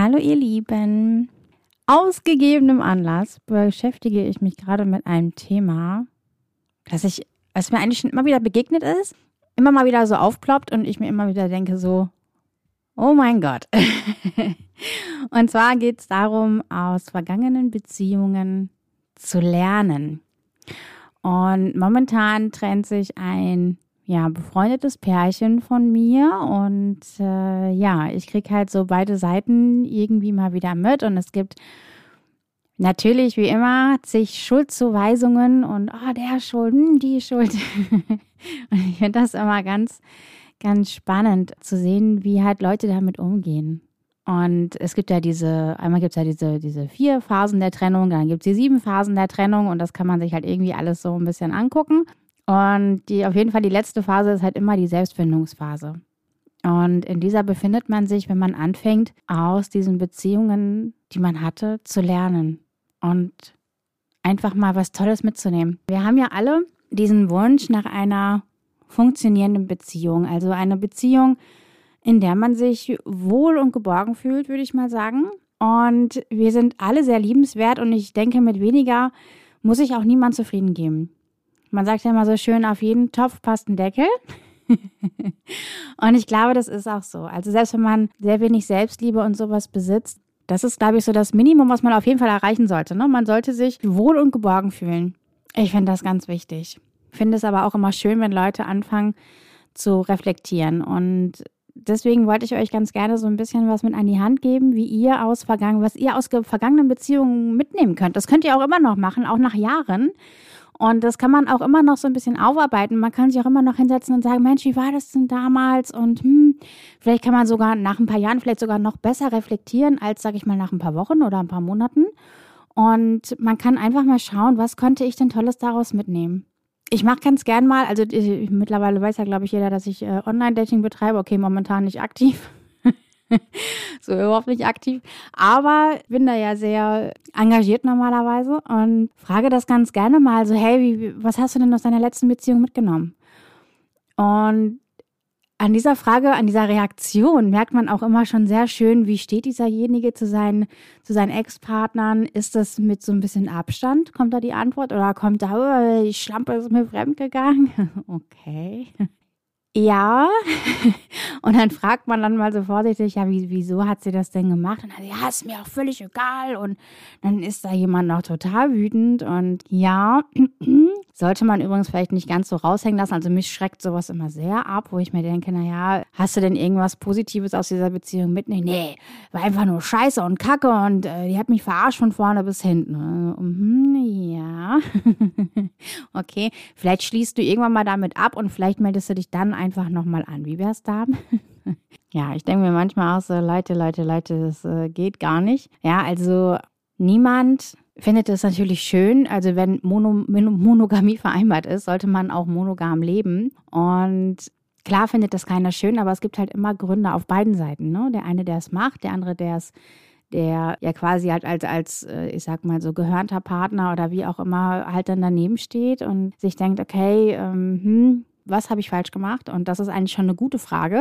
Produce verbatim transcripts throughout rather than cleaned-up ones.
Hallo ihr Lieben. Aus gegebenem Anlass beschäftige ich mich gerade mit einem Thema, das ich, was mir eigentlich schon immer wieder begegnet ist, immer mal wieder so aufploppt und ich mir immer wieder denke so, oh mein Gott. Und zwar geht es darum, aus vergangenen Beziehungen zu lernen. Und momentan trennt sich ein ja, befreundetes Pärchen von mir und äh, ja, ich kriege halt so beide Seiten irgendwie mal wieder mit und es gibt natürlich wie immer zig Schuldzuweisungen und oh, der ist schuld, hm, die ist schuld. Und ich finde das immer ganz, ganz spannend zu sehen, wie halt Leute damit umgehen. Und es gibt ja diese, einmal gibt es ja diese, diese vier Phasen der Trennung, dann gibt es die sieben Phasen der Trennung und das kann man sich halt irgendwie alles so ein bisschen angucken. Und die auf jeden Fall die letzte Phase ist halt immer die Selbstfindungsphase. Und in dieser befindet man sich, wenn man anfängt, aus diesen Beziehungen, die man hatte, zu lernen und einfach mal was Tolles mitzunehmen. Wir haben ja alle diesen Wunsch nach einer funktionierenden Beziehung, also eine Beziehung, in der man sich wohl und geborgen fühlt, würde ich mal sagen. Und wir sind alle sehr liebenswert und ich denke, mit weniger muss sich auch niemand zufrieden geben. Man sagt ja immer so schön, auf jeden Topf passt ein Deckel. Und ich glaube, das ist auch so. Also selbst wenn man sehr wenig Selbstliebe und sowas besitzt, das ist, glaube ich, so das Minimum, was man auf jeden Fall erreichen sollte. Ne? Man sollte sich wohl und geborgen fühlen. Ich finde das ganz wichtig. Ich finde es aber auch immer schön, wenn Leute anfangen zu reflektieren. Und deswegen wollte ich euch ganz gerne so ein bisschen was mit an die Hand geben, wie ihr aus vergangen, was ihr aus vergangenen Beziehungen mitnehmen könnt. Das könnt ihr auch immer noch machen, auch nach Jahren. Und das kann man auch immer noch so ein bisschen aufarbeiten. Man kann sich auch immer noch hinsetzen und sagen, Mensch, wie war das denn damals? Und hm, vielleicht kann man sogar nach ein paar Jahren vielleicht sogar noch besser reflektieren, als, sage ich mal, nach ein paar Wochen oder ein paar Monaten. Und man kann einfach mal schauen, was konnte ich denn Tolles daraus mitnehmen? Ich mache ganz gern mal, also ich, mittlerweile weiß ja, glaube ich, jeder, dass ich äh, Online-Dating betreibe. Okay, momentan nicht aktiv. So überhaupt nicht aktiv. Aber bin da ja sehr engagiert normalerweise und frage das ganz gerne mal so, hey, wie, was hast du denn aus deiner letzten Beziehung mitgenommen? Und an dieser Frage, an dieser Reaktion merkt man auch immer schon sehr schön, wie steht dieserjenige zu seinen, zu seinen Ex-Partnern? Ist das mit so ein bisschen Abstand? Kommt da die Antwort? Oder kommt da, oh, die Schlampe ist mir fremdgegangen? Okay. Ja, und dann fragt man dann mal so vorsichtig, ja, wie, wieso hat sie das denn gemacht? Und dann, ja, ist mir auch völlig egal. Und dann ist da jemand noch total wütend. Und ja, sollte man übrigens vielleicht nicht ganz so raushängen lassen. Also mich schreckt sowas immer sehr ab, wo ich mir denke, naja, hast du denn irgendwas Positives aus dieser Beziehung mitnehmen? Nee, war einfach nur Scheiße und Kacke und äh, die hat mich verarscht von vorne bis hinten. Also, mhm, ja, okay, vielleicht schließt du irgendwann mal damit ab und vielleicht meldest du dich dann einfach nochmal an. Wie wär's da? Ja, ich denke mir manchmal auch so, Leute, Leute, Leute, das äh, geht gar nicht. Ja, also niemand findet es natürlich schön, also wenn Mono, Monogamie vereinbart ist, sollte man auch monogam leben. Und klar findet das keiner schön, aber es gibt halt immer Gründe auf beiden Seiten. Ne? Der eine, der es macht, der andere, der es, der ja quasi halt als, als, ich sag mal so gehörnter Partner oder wie auch immer halt dann daneben steht und sich denkt, okay, ähm, hm, was habe ich falsch gemacht? Und das ist eigentlich schon eine gute Frage,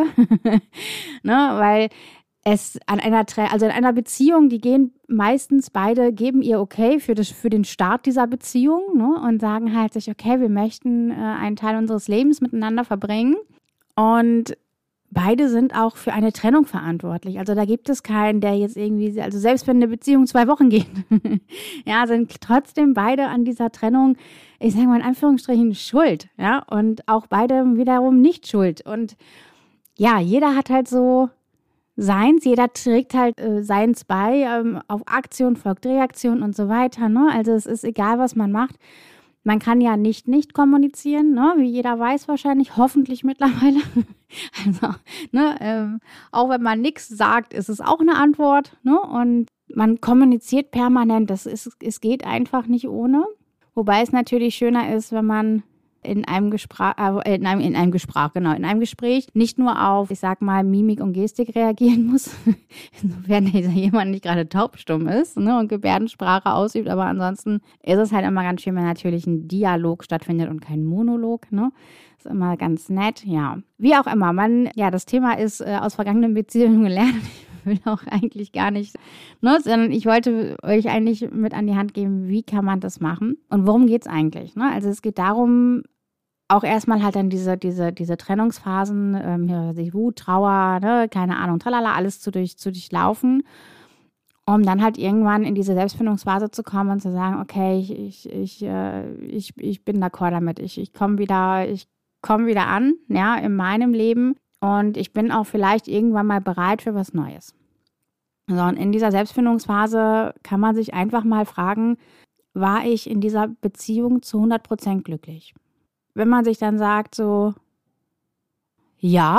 ne? Weil es an einer, also in einer Beziehung, die gehen meistens beide, geben ihr okay für, das, für den Start dieser Beziehung, ne? Und sagen halt sich, okay, wir möchten äh, einen Teil unseres Lebens miteinander verbringen und beide sind auch für eine Trennung verantwortlich. Also da gibt es keinen, der jetzt irgendwie, also selbst wenn eine Beziehung zwei Wochen geht, ja, sind trotzdem beide an dieser Trennung, ich sage mal in Anführungsstrichen, schuld. Ja, und auch beide wiederum nicht schuld. Und ja, jeder hat halt so seins, jeder trägt halt äh, seins bei. Ähm, auf Aktion folgt Reaktion und so weiter. Ne? Also es ist egal, was man macht. Man kann ja nicht nicht kommunizieren, ne? Wie jeder weiß wahrscheinlich, hoffentlich mittlerweile. Also, ne, ähm, auch wenn man nichts sagt, ist es auch eine Antwort. Ne? Und man kommuniziert permanent, das ist, es geht einfach nicht ohne. Wobei es natürlich schöner ist, wenn man in einem Gespräch, äh, in einem, in einem Gespräch, genau, in einem Gespräch nicht nur auf, ich sag mal, Mimik und Gestik reagieren muss, insofern jemand nicht gerade taubstumm ist, ne, und Gebärdensprache ausübt, aber ansonsten ist es halt immer ganz schön, wenn natürlich ein Dialog stattfindet und kein Monolog, ne. Ist immer ganz nett, ja. Wie auch immer, man, ja, das Thema ist äh, aus vergangenen Beziehungen lernen. will auch eigentlich gar nicht, ne, sondern ich wollte euch eigentlich mit an die Hand geben, wie kann man das machen und worum geht es eigentlich, ne? Also es geht darum, auch erstmal halt dann diese, diese, diese Trennungsphasen, ähm, ja, die Wut, Trauer, ne, keine Ahnung, tralala, alles zu, durch, zu durchlaufen, um dann halt irgendwann in diese Selbstfindungsphase zu kommen und zu sagen, okay, ich, ich, ich, äh, ich, ich bin d'accord damit, ich, ich komme wieder, ich komme wieder an, ja, in meinem Leben und ich bin auch vielleicht irgendwann mal bereit für was Neues. So, und in dieser Selbstfindungsphase kann man sich einfach mal fragen, war ich in dieser Beziehung zu hundert Prozent glücklich? Wenn man sich dann sagt so, ja,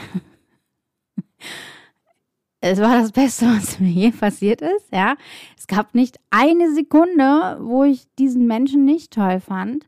es war das Beste, was mir je passiert ist, ja. Es gab nicht eine Sekunde, wo ich diesen Menschen nicht toll fand.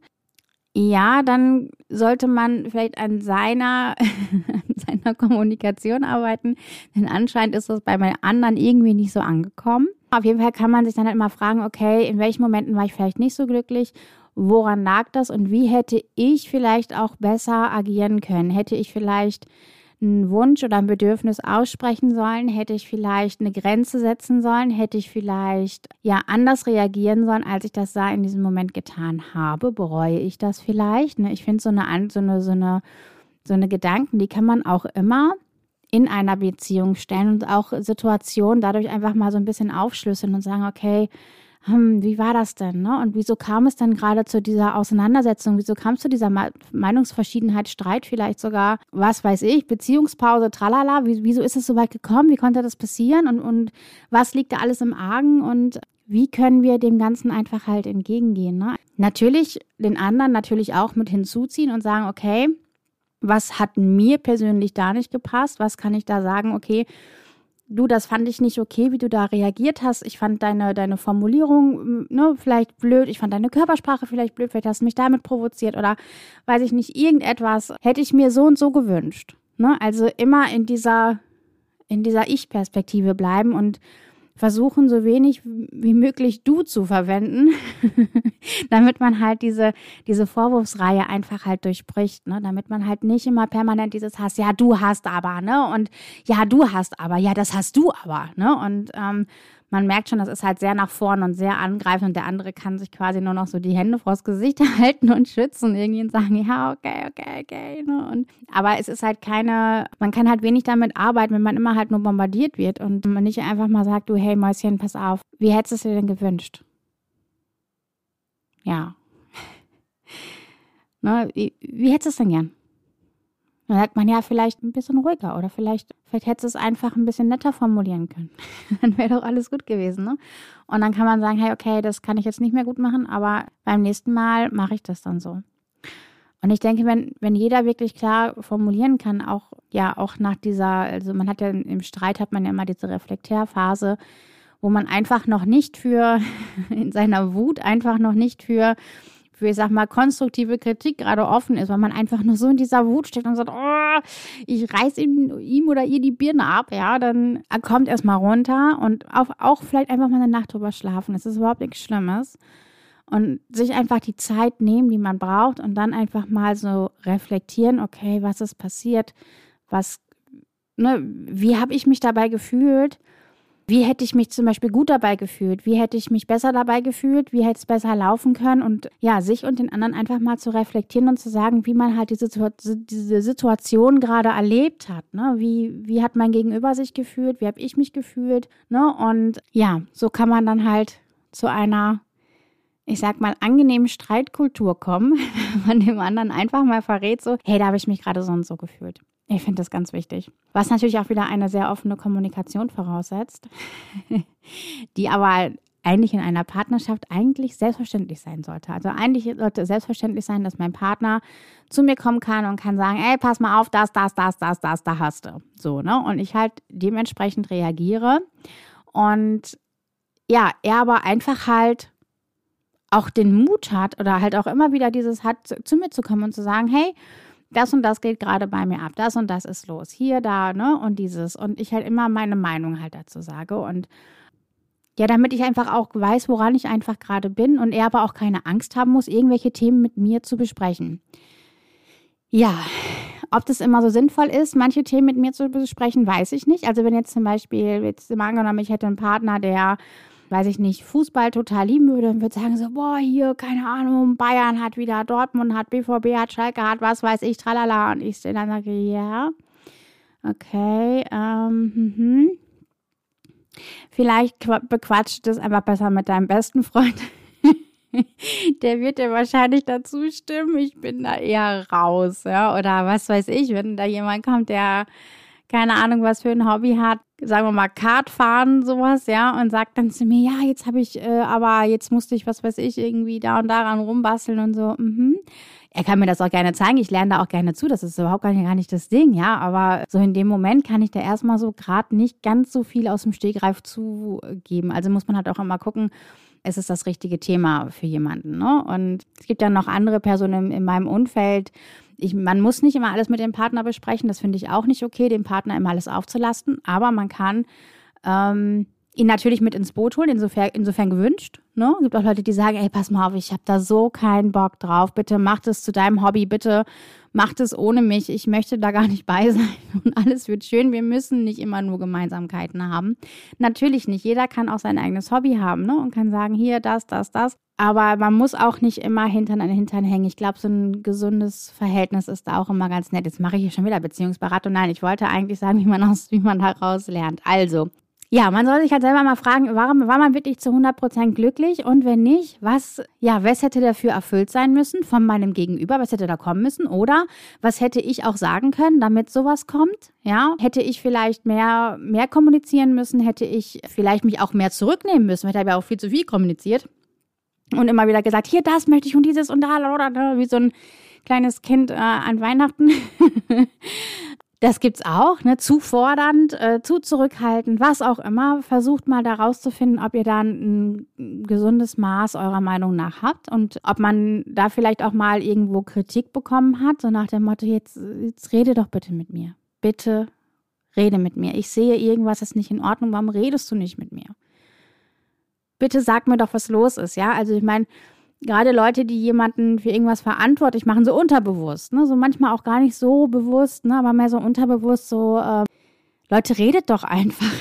Ja, dann sollte man vielleicht an seiner, an seiner Kommunikation arbeiten, denn anscheinend ist das bei meinen anderen irgendwie nicht so angekommen. Auf jeden Fall kann man sich dann halt mal fragen, okay, in welchen Momenten war ich vielleicht nicht so glücklich? Woran lag das und wie hätte ich vielleicht auch besser agieren können? Hätte ich vielleicht einen Wunsch oder ein Bedürfnis aussprechen sollen? Hätte ich vielleicht eine Grenze setzen sollen? Hätte ich vielleicht ja anders reagieren sollen, als ich das da in diesem Moment getan habe? Bereue ich das vielleicht? Ich finde so eine, so eine, so eine, so eine Gedanken, die kann man auch immer in einer Beziehung stellen und auch Situationen dadurch einfach mal so ein bisschen aufschlüsseln und sagen, okay, Hm, wie war das denn, ne? Und wieso kam es dann gerade zu dieser Auseinandersetzung? Wieso kam es zu dieser Meinungsverschiedenheit, Streit vielleicht sogar? Was weiß ich, Beziehungspause, tralala. Wie, wieso ist es so weit gekommen? Wie konnte das passieren? Und, und was liegt da alles im Argen? Und wie können wir dem Ganzen einfach halt entgegengehen, ne? Natürlich den anderen natürlich auch mit hinzuziehen und sagen, okay, was hat mir persönlich da nicht gepasst? Was kann ich da sagen? Okay, du, das fand ich nicht okay, wie du da reagiert hast. Ich fand deine, deine Formulierung, ne, vielleicht blöd. Ich fand deine Körpersprache vielleicht blöd. Vielleicht hast du mich damit provoziert oder weiß ich nicht, irgendetwas hätte ich mir so und so gewünscht. Ne? Also immer in dieser, in dieser Ich-Perspektive bleiben und versuchen, so wenig wie möglich du zu verwenden, damit man halt diese, diese Vorwurfsreihe einfach halt durchbricht, ne? Damit man halt nicht immer permanent dieses Hass, ja, du hast aber, ne? Und ja, du hast aber, ja, das hast du aber, ne? Und ähm, man merkt schon, das ist halt sehr nach vorn und sehr angreifend und der andere kann sich quasi nur noch so die Hände vors Gesicht halten und schützen irgendwie und sagen, ja, okay, okay, okay. Ne? Und, aber es ist halt keine, man kann halt wenig damit arbeiten, wenn man immer halt nur bombardiert wird und man nicht einfach mal sagt, du, hey Mäuschen, pass auf, wie hättest du es dir denn gewünscht? Ja. Ne, wie, wie hättest du es denn gern? Dann sagt man, ja, vielleicht ein bisschen ruhiger oder vielleicht, vielleicht hättest du es einfach ein bisschen netter formulieren können. Dann wäre doch alles gut gewesen, ne? Und dann kann man sagen, hey, okay, das kann ich jetzt nicht mehr gut machen, aber beim nächsten Mal mache ich das dann so. Und ich denke, wenn, wenn jeder wirklich klar formulieren kann, auch, ja, auch nach dieser, also man hat ja im Streit hat man ja immer diese Reflektärphase, wo man einfach noch nicht für, in seiner Wut einfach noch nicht für, für, ich sag mal, konstruktive Kritik gerade offen ist, weil man einfach nur so in dieser Wut steckt und sagt, oh, ich reiß ihm, ihm oder ihr die Birne ab, ja, dann kommt erstmal runter und auch, auch vielleicht einfach mal eine Nacht drüber schlafen. Das ist überhaupt nichts Schlimmes. Und sich einfach die Zeit nehmen, die man braucht und dann einfach mal so reflektieren, okay, was ist passiert, was, ne, wie habe ich mich dabei gefühlt? Wie hätte ich mich zum Beispiel gut dabei gefühlt? Wie hätte ich mich besser dabei gefühlt? Wie hätte es besser laufen können? Und ja, sich und den anderen einfach mal zu reflektieren und zu sagen, wie man halt diese, diese Situation gerade erlebt hat. Ne? Wie, wie hat mein Gegenüber sich gefühlt? Wie habe ich mich gefühlt? Ne? Und ja, so kann man dann halt zu einer, ich sag mal, angenehmen Streitkultur kommen, wenn man dem anderen einfach mal verrät, so, hey, da habe ich mich gerade so und so gefühlt. Ich finde das ganz wichtig. Was natürlich auch wieder eine sehr offene Kommunikation voraussetzt, die aber eigentlich in einer Partnerschaft eigentlich selbstverständlich sein sollte. Also eigentlich sollte es selbstverständlich sein, dass mein Partner zu mir kommen kann und kann sagen, ey, pass mal auf, das, das, das, das, das, da hast du. So, ne? Und ich halt dementsprechend reagiere. Und ja, er aber einfach halt auch den Mut hat oder halt auch immer wieder dieses hat, zu, zu mir zu kommen und zu sagen, hey, das und das geht gerade bei mir ab, das und das ist los, hier, da, ne, und dieses. Und ich halt immer meine Meinung halt dazu sage. Und ja, damit ich einfach auch weiß, woran ich einfach gerade bin und er aber auch keine Angst haben muss, irgendwelche Themen mit mir zu besprechen. Ja, Ob das immer so sinnvoll ist, manche Themen mit mir zu besprechen, weiß ich nicht. Also wenn jetzt zum Beispiel, jetzt mal angenommen, ich hätte einen Partner, der, weiß ich nicht, Fußball total lieben würde und würde sagen so, boah, hier, keine Ahnung, Bayern hat wieder, Dortmund hat, B V B hat, Schalke hat, was weiß ich, tralala. Und ich dann sage, ja, okay, ähm, mhm. Vielleicht bequatscht es einfach besser mit deinem besten Freund. Der wird dir wahrscheinlich dazu stimmen. Ich bin da eher raus, ja. Oder was weiß ich, wenn da jemand kommt, der keine Ahnung, was für ein Hobby hat, sagen wir mal Kart fahren, sowas, ja, und sagt dann zu mir, ja, jetzt habe ich, äh, aber jetzt musste ich, was weiß ich, irgendwie da und daran rumbasteln und so. Mhm. Er kann mir das auch gerne zeigen, ich lerne da auch gerne zu, das ist überhaupt gar nicht, gar nicht das Ding, ja, aber so in dem Moment kann ich da erstmal so gerade nicht ganz so viel aus dem Stegreif zugeben. Also muss man halt auch immer gucken, es ist das richtige Thema für jemanden, ne? Und es gibt ja noch andere Personen in, in meinem Umfeld. Ich, man muss nicht immer alles mit dem Partner besprechen, das finde ich auch nicht okay, dem Partner immer alles aufzulasten, aber man kann ähm, ihn natürlich mit ins Boot holen, insofern, insofern gewünscht. Ne? Es gibt auch Leute, die sagen, ey, pass mal auf, ich habe da so keinen Bock drauf, bitte mach das zu deinem Hobby, bitte mach das ohne mich, ich möchte da gar nicht bei sein und alles wird schön, wir müssen nicht immer nur Gemeinsamkeiten haben. Natürlich nicht, jeder kann auch sein eigenes Hobby haben, ne? Und kann sagen, hier, das, das, das. Aber man muss auch nicht immer Hintern an den Hintern hängen. Ich glaube, so ein gesundes Verhältnis ist da auch immer ganz nett. Jetzt mache ich hier schon wieder Beziehungsberatung. Nein, ich wollte eigentlich sagen, wie man, aus, wie man daraus lernt. Also, ja, man soll sich halt selber mal fragen, warum war man wirklich zu hundert Prozent glücklich? Und wenn nicht, was, ja, was hätte dafür erfüllt sein müssen von meinem Gegenüber? Was hätte da kommen müssen? Oder was hätte ich auch sagen können, damit sowas kommt? Ja, hätte ich vielleicht mehr, mehr kommunizieren müssen? Hätte ich vielleicht mich auch mehr zurücknehmen müssen? Ich habe ja auch viel zu viel kommuniziert. Und immer wieder gesagt, hier, das möchte ich und dieses und da, oder, oder wie so ein kleines Kind äh, an Weihnachten. Das gibt's auch, ne? Zu fordernd, äh, zu zurückhaltend, was auch immer. Versucht mal da rauszufinden, ob ihr da ein, ein gesundes Maß eurer Meinung nach habt und ob man da vielleicht auch mal irgendwo Kritik bekommen hat, so nach dem Motto, jetzt, jetzt rede doch bitte mit mir. Bitte rede mit mir. Ich sehe, irgendwas ist nicht in Ordnung. Warum redest du nicht mit mir? Bitte sag mir doch, was los ist, ja? Also ich meine, gerade Leute, die jemanden für irgendwas verantwortlich machen, so unterbewusst, ne, so manchmal auch gar nicht so bewusst, ne, aber mehr so unterbewusst, so, äh, Leute, redet doch einfach.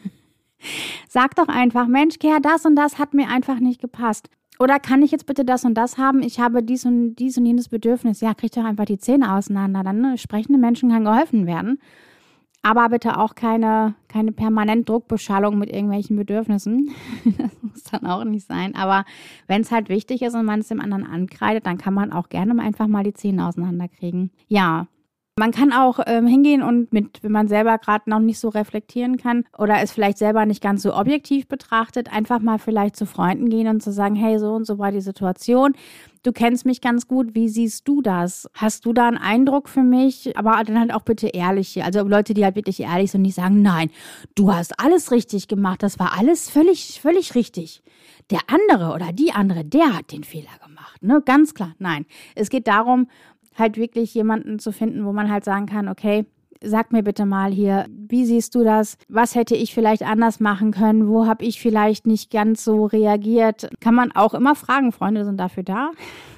Sagt doch einfach, Mensch, Kerl, das und das hat mir einfach nicht gepasst. Oder kann ich jetzt bitte das und das haben? Ich habe dies und dies und jenes Bedürfnis. Ja, kriegt doch einfach die Zähne auseinander. Dann, ne, sprechenden Menschen kann geholfen werden. Aber bitte auch keine, keine permanent Druckbeschallung mit irgendwelchen Bedürfnissen. Das muss dann auch nicht sein. Aber wenn es halt wichtig ist und man es dem anderen ankreidet, dann kann man auch gerne einfach mal die Zähne auseinanderkriegen. Ja, man kann auch ähm, hingehen und mit, wenn man selber gerade noch nicht so reflektieren kann oder es vielleicht selber nicht ganz so objektiv betrachtet, einfach mal vielleicht zu Freunden gehen und zu sagen, hey, so und so war die Situation. Du kennst mich ganz gut, wie siehst du das? Hast du da einen Eindruck für mich? Aber dann halt auch bitte ehrlich hier. Also Leute, die halt wirklich ehrlich sind und nicht sagen, nein, du hast alles richtig gemacht, das war alles völlig, völlig richtig. Der andere oder die andere, der hat den Fehler gemacht. Ne? Ganz klar, nein. Es geht darum, halt wirklich jemanden zu finden, wo man halt sagen kann, okay, sag mir bitte mal hier, wie siehst du das? Was hätte ich vielleicht anders machen können? Wo habe ich vielleicht nicht ganz so reagiert? Kann man auch immer fragen, Freunde sind dafür da,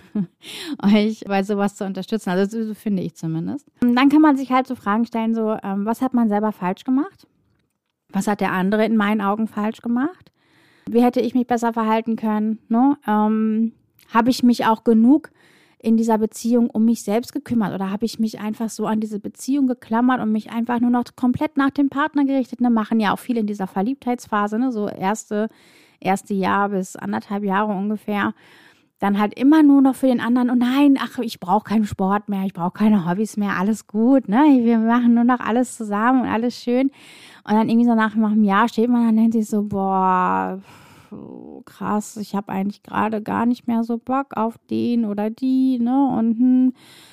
euch bei sowas zu unterstützen. Also so finde ich zumindest. Und dann kann man sich halt so Fragen stellen, so, ähm, was hat man selber falsch gemacht? Was hat der andere in meinen Augen falsch gemacht? Wie hätte ich mich besser verhalten können? Ne? Ähm, habe ich mich auch genug in dieser Beziehung um mich selbst gekümmert oder habe ich mich einfach so an diese Beziehung geklammert und mich einfach nur noch komplett nach dem Partner gerichtet? Ne, machen ja auch viele in dieser Verliebtheitsphase, ne, so erste, erste Jahr bis anderthalb Jahre ungefähr. Dann halt immer nur noch für den anderen, oh nein, ach, ich brauche keinen Sport mehr, ich brauche keine Hobbys mehr, alles gut, ne? Wir machen nur noch alles zusammen und alles schön. Und dann irgendwie so nach, nach einem Jahr steht man dann und denkt sich so, boah, krass, ich habe eigentlich gerade gar nicht mehr so Bock auf den oder die, ne, und hm,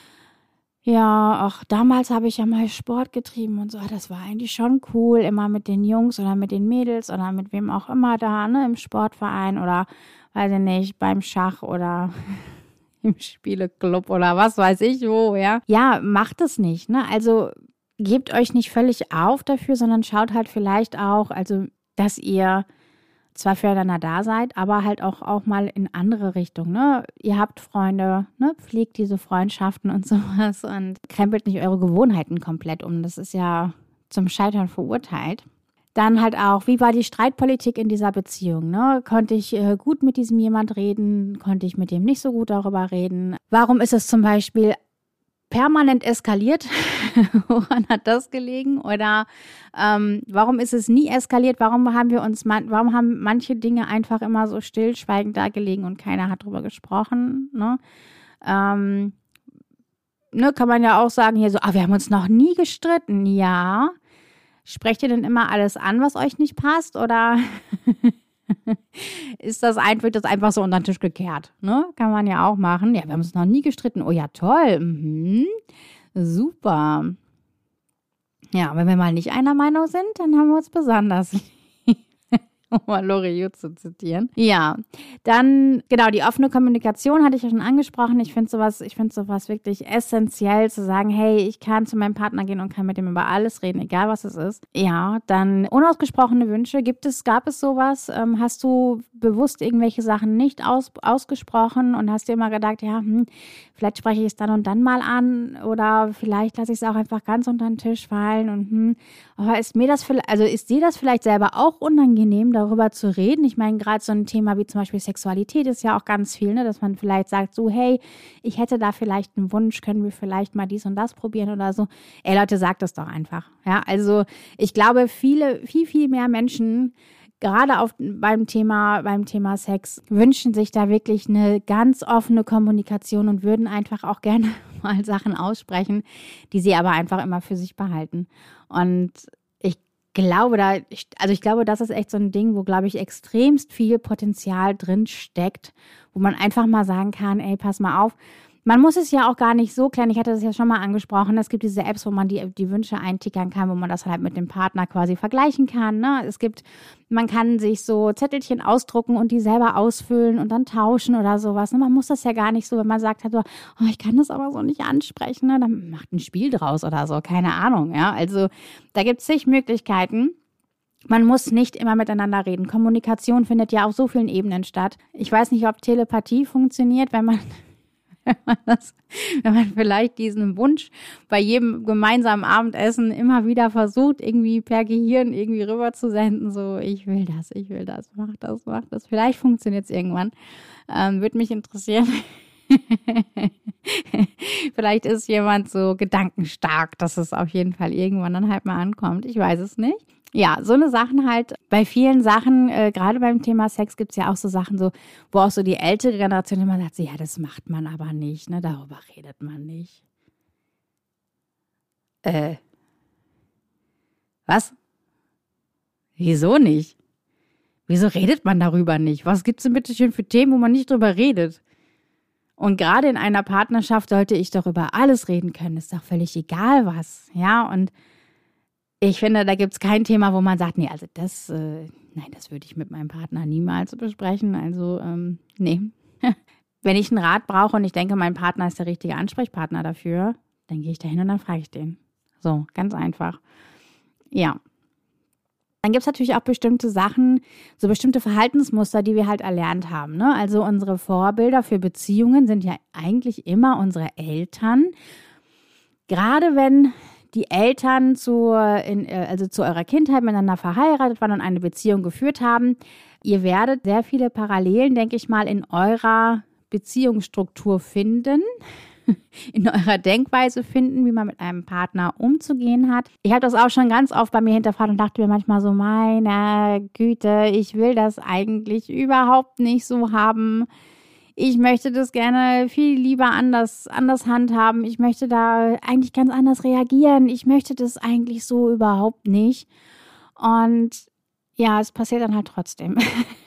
ja, ach, damals habe ich ja mal Sport getrieben und so, das war eigentlich schon cool, immer mit den Jungs oder mit den Mädels oder mit wem auch immer da, ne, im Sportverein oder, weiß ich nicht, beim Schach oder im Spieleclub oder was weiß ich wo, ja. Ja, macht es nicht, ne, also gebt euch nicht völlig auf dafür, sondern schaut halt vielleicht auch, also, dass ihr zwar füreinander da seid, aber halt auch, auch mal in andere Richtungen. Ne? Ihr habt Freunde, ne? Pflegt diese Freundschaften und sowas und krempelt nicht eure Gewohnheiten komplett um. Das ist ja zum Scheitern verurteilt. Dann halt auch, wie war die Streitpolitik in dieser Beziehung? Ne? Konnte ich äh, gut mit diesem jemand reden? Konnte ich mit dem nicht so gut darüber reden? Warum ist es zum Beispiel permanent eskaliert? Woran hat das gelegen? Oder ähm, warum ist es nie eskaliert? Warum haben wir uns, man, warum haben manche Dinge einfach immer so stillschweigend da gelegen und keiner hat drüber gesprochen? Ne? Ähm, ne, kann man ja auch sagen hier so, ah, wir haben uns noch nie gestritten. Ja. Sprecht ihr denn immer alles an, was euch nicht passt? Oder ist das einfach, wird das einfach so unter den Tisch gekehrt? Ne? Kann man ja auch machen. Ja, wir haben uns noch nie gestritten. Oh ja, toll. Mhm. Super. Ja, wenn wir mal nicht einer Meinung sind, dann haben wir uns besonders lieb. Um mal Loriot zu zitieren. Ja, dann, genau, die offene Kommunikation hatte ich ja schon angesprochen. Ich finde sowas, ich finde sowas wirklich essentiell, zu sagen, hey, ich kann zu meinem Partner gehen und kann mit ihm über alles reden, egal was es ist. Ja, dann unausgesprochene Wünsche. Gibt es, gab es sowas? Ähm, hast du bewusst irgendwelche Sachen nicht aus, ausgesprochen und hast dir immer gedacht, ja, hm, vielleicht spreche ich es dann und dann mal an oder vielleicht lasse ich es auch einfach ganz unter den Tisch fallen und hm, aber ist mir das, also ist dir das vielleicht selber auch unangenehm, darüber zu reden? Ich meine, gerade so ein Thema wie zum Beispiel Sexualität ist ja auch ganz viel, ne? Dass man vielleicht sagt, so, hey, ich hätte da vielleicht einen Wunsch, können wir vielleicht mal dies und das probieren oder so. Ey Leute, sagt das doch einfach. Ja, also ich glaube, viele, viel, viel mehr Menschen, gerade auf, beim Thema, beim Thema Sex, wünschen sich da wirklich eine ganz offene Kommunikation und würden einfach auch gerne mal Sachen aussprechen, die sie aber einfach immer für sich behalten. Und ich glaube da, also ich glaube, das ist echt so ein Ding, wo, glaube ich, extremst viel Potenzial drin steckt, wo man einfach mal sagen kann, ey, pass mal auf. Man muss es ja auch gar nicht so klären. Ich hatte das ja schon mal angesprochen. Es gibt diese Apps, wo man die, die Wünsche eintickern kann, wo man das halt mit dem Partner quasi vergleichen kann. Ne? Es gibt, man kann sich so Zettelchen ausdrucken und die selber ausfüllen und dann tauschen oder sowas. Ne? Man muss das ja gar nicht so, wenn man sagt, halt so, oh, ich kann das aber so nicht ansprechen. Ne? Dann macht ein Spiel draus oder so. Keine Ahnung. Ja, also da gibt es zig Möglichkeiten. Man muss nicht immer miteinander reden. Kommunikation findet ja auf so vielen Ebenen statt. Ich weiß nicht, ob Telepathie funktioniert, wenn man Wenn man, das, wenn man vielleicht diesen Wunsch bei jedem gemeinsamen Abendessen immer wieder versucht, irgendwie per Gehirn irgendwie rüber zu senden, so, ich will das, ich will das, mach das, mach das. Vielleicht funktioniert es irgendwann. Ähm, würde mich interessieren. Vielleicht ist jemand so gedankenstark, dass es auf jeden Fall irgendwann dann halt mal ankommt. Ich weiß es nicht. Ja, so eine Sachen halt, bei vielen Sachen, äh, gerade beim Thema Sex gibt es ja auch so Sachen, so, wo auch so die ältere Generation immer sagt, so, ja, das macht man aber nicht, ne, darüber redet man nicht. Äh, was? Wieso nicht? Wieso redet man darüber nicht? Was gibt's denn bitte schön für Themen, wo man nicht drüber redet? Und gerade in einer Partnerschaft sollte ich doch über alles reden können, ist doch völlig egal was, ja, und ich finde, da gibt es kein Thema, wo man sagt, nee, also das, äh, nein, das würde ich mit meinem Partner niemals besprechen. Also, ähm, nee. Wenn ich einen Rat brauche und ich denke, mein Partner ist der richtige Ansprechpartner dafür, dann gehe ich da hin und dann frage ich den. So, ganz einfach. Ja. Dann gibt es natürlich auch bestimmte Sachen, so bestimmte Verhaltensmuster, die wir halt erlernt haben. Ne? Also unsere Vorbilder für Beziehungen sind ja eigentlich immer unsere Eltern. Gerade wenn die Eltern zu, in, also zu eurer Kindheit miteinander verheiratet waren und eine Beziehung geführt haben. Ihr werdet sehr viele Parallelen, denke ich mal, in eurer Beziehungsstruktur finden, in eurer Denkweise finden, wie man mit einem Partner umzugehen hat. Ich habe das auch schon ganz oft bei mir hinterfragt und dachte mir manchmal so, meine Güte, ich will das eigentlich überhaupt nicht so haben. Ich möchte das gerne viel lieber anders, anders handhaben. Ich möchte da eigentlich ganz anders reagieren. Ich möchte das eigentlich so überhaupt nicht. Und ja, es passiert dann halt trotzdem.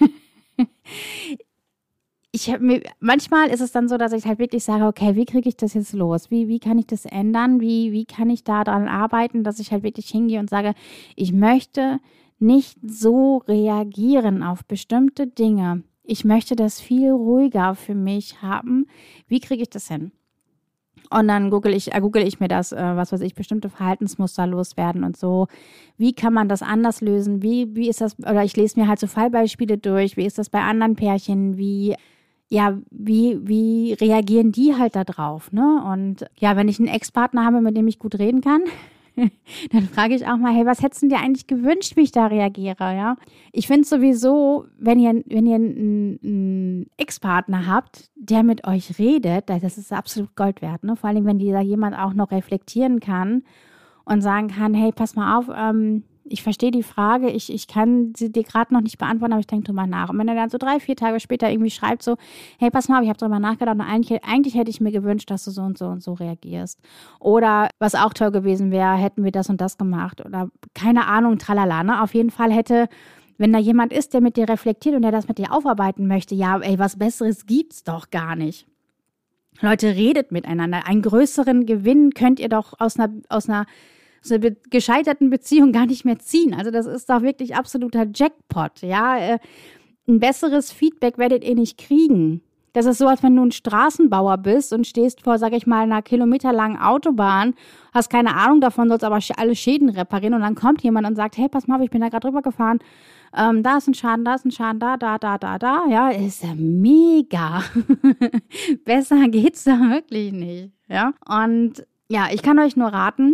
Ich hab mir, manchmal ist es dann so, dass ich halt wirklich sage, okay, wie kriege ich das jetzt los? Wie, wie kann ich das ändern? Wie, wie kann ich da dran arbeiten, dass ich halt wirklich hingehe und sage, ich möchte nicht so reagieren auf bestimmte Dinge. Ich möchte das viel ruhiger für mich haben. Wie kriege ich das hin? Und dann google ich, äh, google ich mir das, äh, was weiß ich, bestimmte Verhaltensmuster loswerden und so. Wie kann man das anders lösen? Wie, wie ist das, oder ich lese mir halt so Fallbeispiele durch. Wie ist das bei anderen Pärchen? Wie, ja, wie, wie reagieren die halt da drauf, ne? Und ja, wenn ich einen Ex-Partner habe, mit dem ich gut reden kann, dann frage ich auch mal, hey, was hättest du dir eigentlich gewünscht, wie ich da reagiere, ja? Ich finde sowieso, wenn ihr, wenn ihr einen, einen Ex-Partner habt, der mit euch redet, das ist absolut Gold wert, ne? Vor allem, wenn dieser jemand auch noch reflektieren kann und sagen kann, hey, pass mal auf, ähm, ich verstehe die Frage, ich, ich kann sie dir gerade noch nicht beantworten, aber ich denke drüber nach. Und wenn er dann so drei, vier Tage später irgendwie schreibt so, hey, pass mal auf, ich habe drüber nachgedacht und eigentlich, eigentlich hätte ich mir gewünscht, dass du so und so und so reagierst. Oder was auch toll gewesen wäre, hätten wir das und das gemacht. Oder keine Ahnung, tralala, ne? Auf jeden Fall hätte, wenn da jemand ist, der mit dir reflektiert und der das mit dir aufarbeiten möchte, ja, ey, was Besseres gibt's doch gar nicht. Leute, redet miteinander. Einen größeren Gewinn könnt ihr doch aus einer, aus einer so eine gescheiterten Beziehung gar nicht mehr ziehen. Also das ist doch wirklich absoluter Jackpot, ja. Ein besseres Feedback werdet ihr nicht kriegen. Das ist so, als wenn du ein Straßenbauer bist und stehst vor, sag ich mal, einer kilometerlangen Autobahn, hast keine Ahnung davon, sollst aber alle Schäden reparieren und dann kommt jemand und sagt, hey, pass mal auf, ich bin da gerade drüber gefahren, ähm, da ist ein Schaden, da ist ein Schaden, da, da, da, da, da, ja, ist ja mega. Besser geht's da wirklich nicht, ja. Und ja, ich kann euch nur raten,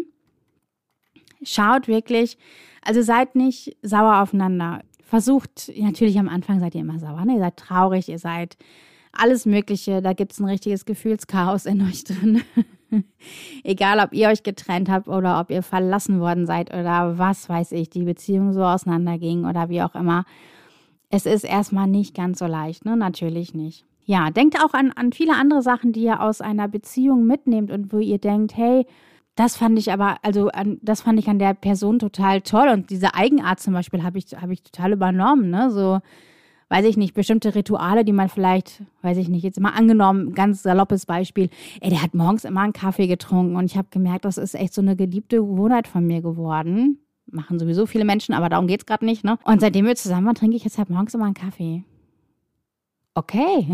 schaut wirklich, also seid nicht sauer aufeinander. Versucht, natürlich am Anfang seid ihr immer sauer, ne? Ihr seid traurig, ihr seid alles Mögliche, da gibt es ein richtiges Gefühlschaos in euch drin. Egal, ob ihr euch getrennt habt oder ob ihr verlassen worden seid oder was weiß ich, die Beziehung so auseinanderging oder wie auch immer. Es ist erstmal nicht ganz so leicht, ne? Natürlich nicht. Ja, denkt auch an, an viele andere Sachen, die ihr aus einer Beziehung mitnehmt und wo ihr denkt, hey, das fand ich aber, also an, das fand ich an der Person total toll und diese Eigenart zum Beispiel habe ich, habe ich total übernommen, ne, so, weiß ich nicht, bestimmte Rituale, die man vielleicht, weiß ich nicht, jetzt mal angenommen, ganz saloppes Beispiel, ey, der hat morgens immer einen Kaffee getrunken und ich habe gemerkt, das ist echt so eine geliebte Gewohnheit von mir geworden, machen sowieso viele Menschen, aber darum geht's gerade nicht, ne, und seitdem wir zusammen waren, trinke ich jetzt halt morgens immer einen Kaffee. Okay.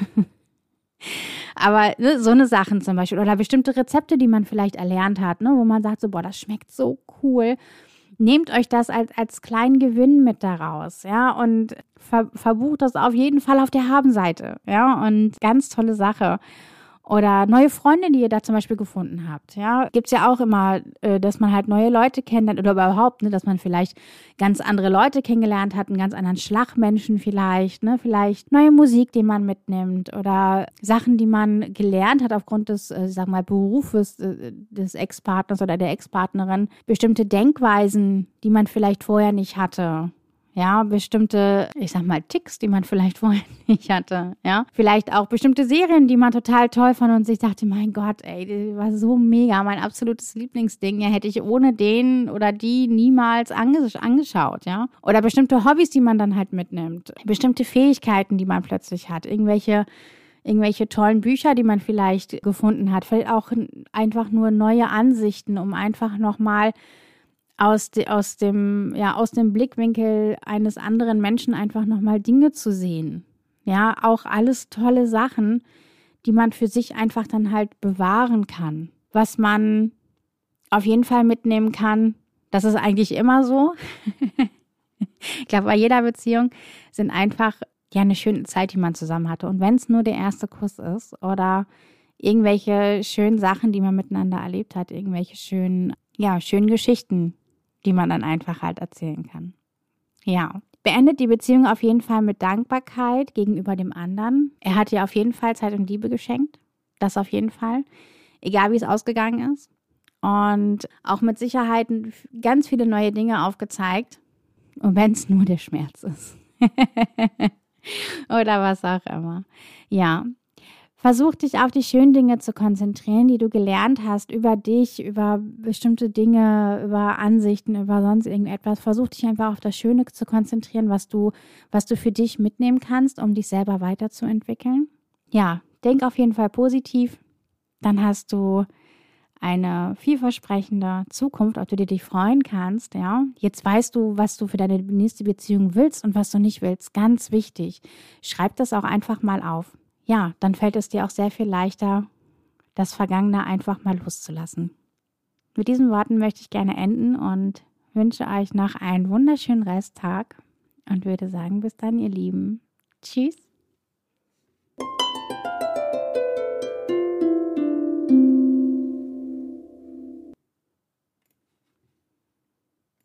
Aber ne, so eine Sachen zum Beispiel oder bestimmte Rezepte, die man vielleicht erlernt hat, ne, wo man sagt so, boah, das schmeckt so cool. Nehmt euch das als, als kleinen Gewinn mit daraus, ja, und ver, verbucht das auf jeden Fall auf der Habenseite, ja, und ganz tolle Sache. Oder neue Freunde, die ihr da zum Beispiel gefunden habt. Ja, gibt's ja auch immer, dass man halt neue Leute kennenlernt oder überhaupt, ne, dass man vielleicht ganz andere Leute kennengelernt hat, einen ganz anderen Schlagmenschen vielleicht, ne, vielleicht neue Musik, die man mitnimmt oder Sachen, die man gelernt hat aufgrund des, ich sag mal, Berufes des Ex-Partners oder der Ex-Partnerin, bestimmte Denkweisen, die man vielleicht vorher nicht hatte. Ja, bestimmte, ich sag mal, Ticks, die man vielleicht vorher nicht hatte, ja. Vielleicht auch bestimmte Serien, die man total toll fand und sich dachte, mein Gott, ey, das war so mega, mein absolutes Lieblingsding. Ja, hätte ich ohne den oder die niemals anges- angeschaut, ja. Oder bestimmte Hobbys, die man dann halt mitnimmt. Bestimmte Fähigkeiten, die man plötzlich hat. Irgendwelche, irgendwelche tollen Bücher, die man vielleicht gefunden hat. Vielleicht auch einfach nur neue Ansichten, um einfach nochmal aus, de, aus, dem, ja, aus dem Blickwinkel eines anderen Menschen einfach nochmal Dinge zu sehen. Ja, auch alles tolle Sachen, die man für sich einfach dann halt bewahren kann. Was man auf jeden Fall mitnehmen kann, das ist eigentlich immer so. Ich glaube, bei jeder Beziehung sind einfach ja eine schöne Zeit, die man zusammen hatte. Und wenn es nur der erste Kuss ist oder irgendwelche schönen Sachen, die man miteinander erlebt hat, irgendwelche schönen, ja, schönen Geschichten, die man dann einfach halt erzählen kann. Ja, beendet die Beziehung auf jeden Fall mit Dankbarkeit gegenüber dem anderen. Er hat dir auf jeden Fall Zeit und Liebe geschenkt. Das auf jeden Fall. Egal, wie es ausgegangen ist. Und auch mit Sicherheit ganz viele neue Dinge aufgezeigt. Und wenn es nur der Schmerz ist. Oder was auch immer. Ja. Versuch dich auf die schönen Dinge zu konzentrieren, die du gelernt hast über dich, über bestimmte Dinge, über Ansichten, über sonst irgendetwas. Versuch dich einfach auf das Schöne zu konzentrieren, was du, was du für dich mitnehmen kannst, um dich selber weiterzuentwickeln. Ja, denk auf jeden Fall positiv. Dann hast du eine vielversprechende Zukunft, auf die du dich freuen kannst. Ja, jetzt weißt du, was du für deine nächste Beziehung willst und was du nicht willst. Ganz wichtig. Schreib das auch einfach mal auf. Ja, dann fällt es dir auch sehr viel leichter, das Vergangene einfach mal loszulassen. Mit diesen Worten möchte ich gerne enden und wünsche euch noch einen wunderschönen Resttag und würde sagen, bis dann, ihr Lieben. Tschüss.